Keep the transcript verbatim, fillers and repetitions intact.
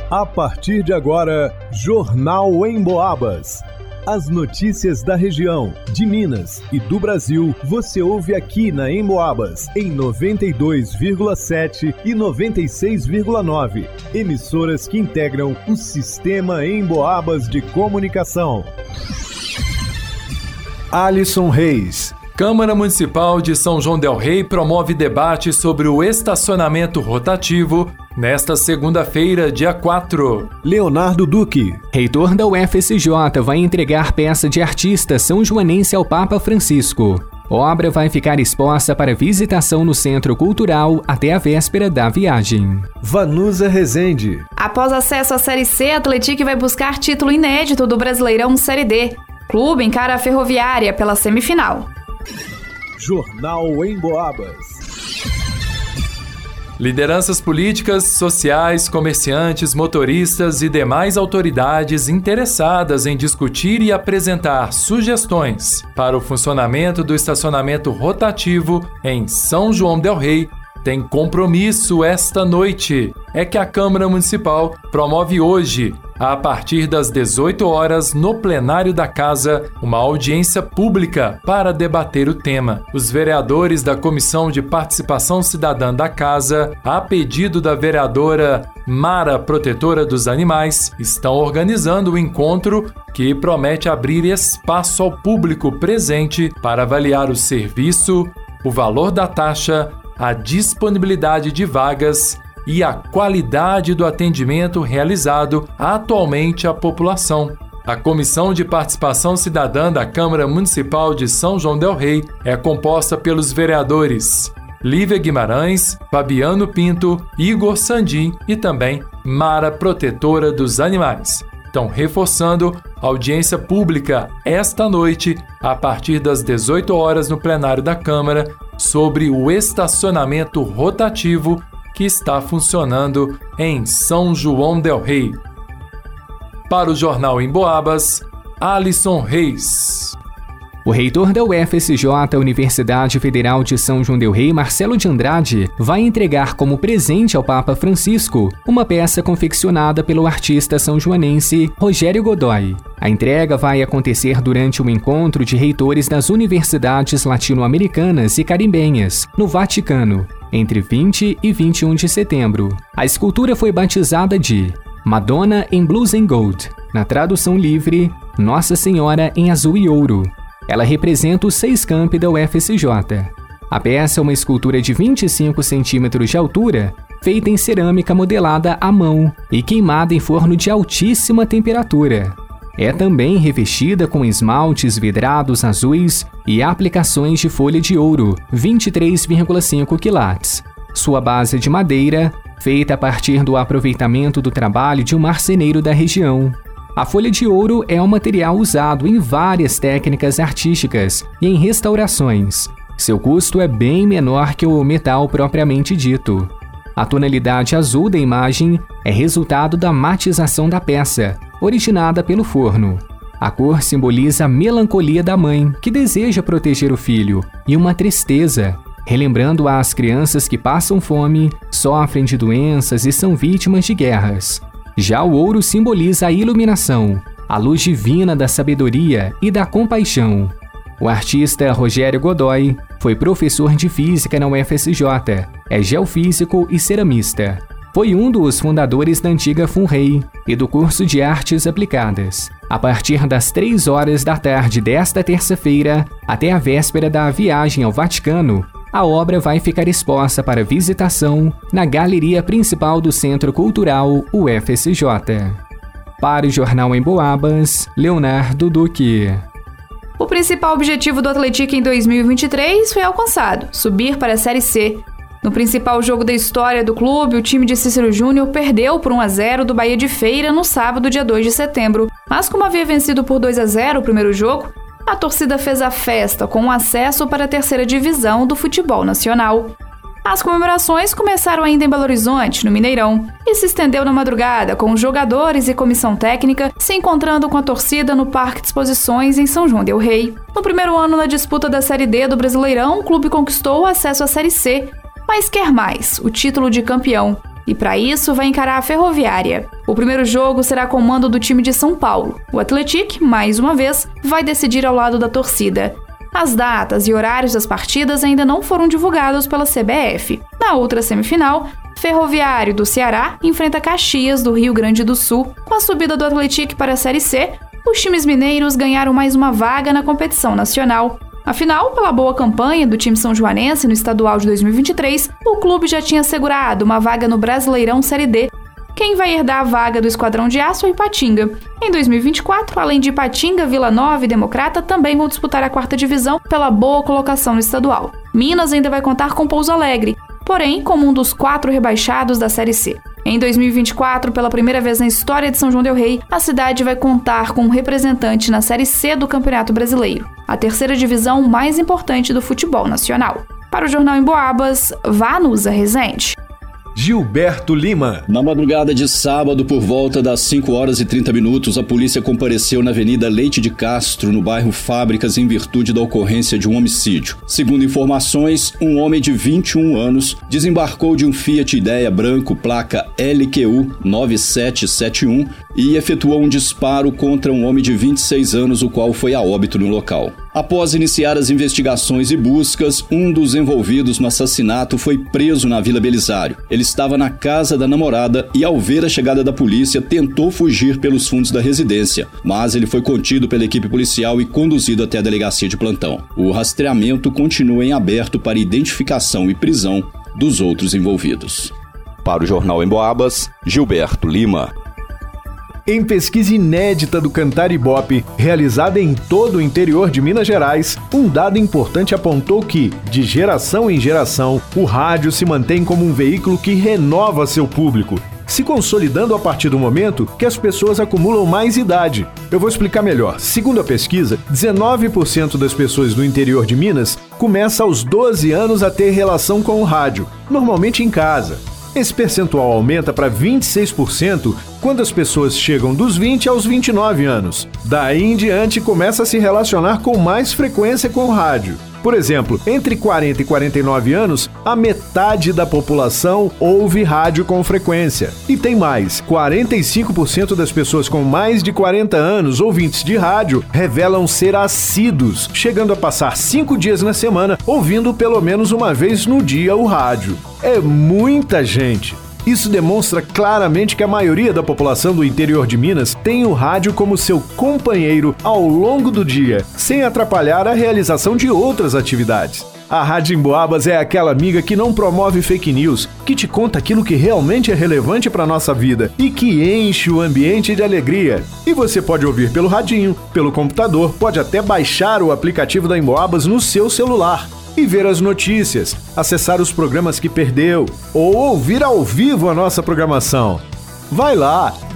A partir de agora, Jornal Emboabas. As notícias da região, de Minas e do Brasil, você ouve aqui na Emboabas, em noventa e dois vírgula sete e noventa e seis vírgula nove. Emissoras que integram o Sistema Emboabas de Comunicação. Alisson Reis. Câmara Municipal de São João del Rei promove debate sobre o estacionamento rotativo nesta segunda-feira, dia quatro. Leonardo Duque. Reitor da U F S J vai entregar peça de artista são joanense ao Papa Francisco. Obra vai ficar exposta para visitação no Centro Cultural até a véspera da viagem. Vanusa Rezende. Após acesso à Série C, a Atlético vai buscar título inédito do Brasileirão Série D. Clube encara a Ferroviária pela semifinal. Jornal Emboabas. Lideranças políticas, sociais, comerciantes, motoristas e demais autoridades interessadas em discutir e apresentar sugestões para o funcionamento do estacionamento rotativo em São João del Rei têm compromisso esta noite. É que a Câmara Municipal promove hoje, a partir das dezoito horas, no plenário da Casa, uma audiência pública para debater o tema. Os vereadores da Comissão de Participação Cidadã da Casa, a pedido da vereadora Mara, protetora dos animais, estão organizando o encontro que promete abrir espaço ao público presente para avaliar o serviço, o valor da taxa, a disponibilidade de vagas e a qualidade do atendimento realizado atualmente à população. A Comissão de Participação Cidadã da Câmara Municipal de São João del Rei é composta pelos vereadores Lívia Guimarães, Fabiano Pinto, Igor Sandim e também Mara, protetora dos animais. Estão reforçando a audiência pública esta noite, a partir das dezoito horas no plenário da Câmara, sobre o estacionamento rotativo que está funcionando em São João del Rei. Para o Jornal Emboabas, Alisson Reis. O reitor da U F S J, Universidade Federal de São João del Rei, Marcelo de Andrade, vai entregar como presente ao Papa Francisco uma peça confeccionada pelo artista são-joanense Rogério Godoy. A entrega vai acontecer durante um encontro de reitores das universidades latino-americanas e caribenhas, no Vaticano, entre vinte e vinte e um de setembro. A escultura foi batizada de Madonna em Blues and Gold, na tradução livre, Nossa Senhora em Azul e Ouro. Ela representa os seis campi da U F S J. A peça é uma escultura de vinte e cinco centímetros de altura, feita em cerâmica modelada à mão e queimada em forno de altíssima temperatura. É também revestida com esmaltes vidrados azuis e aplicações de folha de ouro, vinte e três vírgula cinco quilates. Sua base é de madeira, feita a partir do aproveitamento do trabalho de um marceneiro da região. A folha de ouro é um material usado em várias técnicas artísticas e em restaurações. Seu custo é bem menor que o metal propriamente dito. A tonalidade azul da imagem é resultado da matização da peça, originada pelo forno. A cor simboliza a melancolia da mãe, que deseja proteger o filho, e uma tristeza, relembrando as crianças que passam fome, sofrem de doenças e são vítimas de guerras. Já o ouro simboliza a iluminação, a luz divina da sabedoria e da compaixão. O artista Rogério Godoy foi professor de física na U F S J, é geofísico e ceramista. Foi um dos fundadores da antiga FUNREI e do curso de Artes Aplicadas. A partir das três horas da tarde desta terça-feira, até a véspera da viagem ao Vaticano, a obra vai ficar exposta para visitação na galeria principal do Centro Cultural U F S J. Para o Jornal Emboabas, Leonardo Duque. O principal objetivo do Atlético em dois mil e vinte e três foi alcançado, subir para a Série C. No principal jogo da história do clube, o time de Cícero Júnior perdeu por um a zero do Bahia de Feira no sábado, dia dois de setembro. Mas como havia vencido por dois a zero o primeiro jogo, a torcida fez a festa com o acesso para a terceira divisão do futebol nacional. As comemorações começaram ainda em Belo Horizonte, no Mineirão, e se estendeu na madrugada com os jogadores e comissão técnica se encontrando com a torcida no Parque de Exposições em São João del Rei. No primeiro ano na disputa da Série D do Brasileirão, o clube conquistou o acesso à Série C, mas quer mais, o título de campeão. e para isso vai encarar a Ferroviária. O primeiro jogo será com o mando do time de São Paulo. O Atlético, mais uma vez, vai decidir ao lado da torcida. As datas e horários das partidas ainda não foram divulgados pela C B F. Na outra semifinal, Ferroviário do Ceará enfrenta Caxias do Rio Grande do Sul. Com a subida do Atlético para a Série C, os times mineiros ganharam mais uma vaga na competição nacional. Afinal, pela boa campanha do time são-joanense no estadual de dois mil e vinte e três, o clube já tinha assegurado uma vaga no Brasileirão Série D. Quem vai herdar a vaga do Esquadrão de Aço é o Ipatinga. Em dois mil e vinte e quatro, além de Ipatinga, Vila Nova e Democrata, também vão disputar a quarta divisão pela boa colocação no estadual. Minas ainda vai contar com Pouso Alegre, porém como um dos quatro rebaixados da Série C. Em dois mil e vinte e quatro, pela primeira vez na história de São João del Rei, a cidade vai contar com um representante na Série C do Campeonato Brasileiro, a terceira divisão mais importante do futebol nacional. Para o Jornal Emboabas, Vanusa Rezende. Gilberto Lima. Na madrugada de sábado, por volta das cinco horas e trinta minutos, a polícia compareceu na Avenida Leite de Castro, no bairro Fábricas, em virtude da ocorrência de um homicídio. Segundo informações, um homem de vinte e um anos desembarcou de um Fiat Idea branco, placa L Q U nove sete sete um, e efetuou um disparo contra um homem de vinte e seis anos, o qual foi a óbito no local. Após iniciar as investigações e buscas, um dos envolvidos no assassinato foi preso na Vila Belisário. Ele estava na casa da namorada e, ao ver a chegada da polícia, tentou fugir pelos fundos da residência, mas ele foi contido pela equipe policial e conduzido até a delegacia de plantão. O rastreamento continua em aberto para identificação e prisão dos outros envolvidos. Para o Jornal Emboabas, Gilberto Lima. Em pesquisa inédita do Cantar Ibope, realizada em todo o interior de Minas Gerais, um dado importante apontou que, de geração em geração, o rádio se mantém como um veículo que renova seu público, se consolidando a partir do momento que as pessoas acumulam mais idade. Eu vou explicar melhor. Segundo a pesquisa, dezenove por cento das pessoas do interior de Minas começa aos doze anos a ter relação com o rádio, normalmente em casa. Esse percentual aumenta para vinte e seis por cento quando as pessoas chegam dos vinte aos vinte e nove anos. Daí em diante começa a se relacionar com mais frequência com o rádio. Por exemplo, entre quarenta e quarenta e nove anos, a metade da população ouve rádio com frequência. E tem mais, quarenta e cinco por cento das pessoas com mais de quarenta anos ouvintes de rádio revelam ser assíduos, chegando a passar cinco dias na semana ouvindo pelo menos uma vez no dia o rádio. É muita gente! Isso demonstra claramente que a maioria da população do interior de Minas tem o rádio como seu companheiro ao longo do dia, sem atrapalhar a realização de outras atividades. A Rádio Emboabas é aquela amiga que não promove fake news, que te conta aquilo que realmente é relevante para a nossa vida e que enche o ambiente de alegria. E você pode ouvir pelo radinho, pelo computador, pode até baixar o aplicativo da Emboabas no seu celular e ver as notícias, acessar os programas que perdeu ou ouvir ao vivo a nossa programação. Vai lá,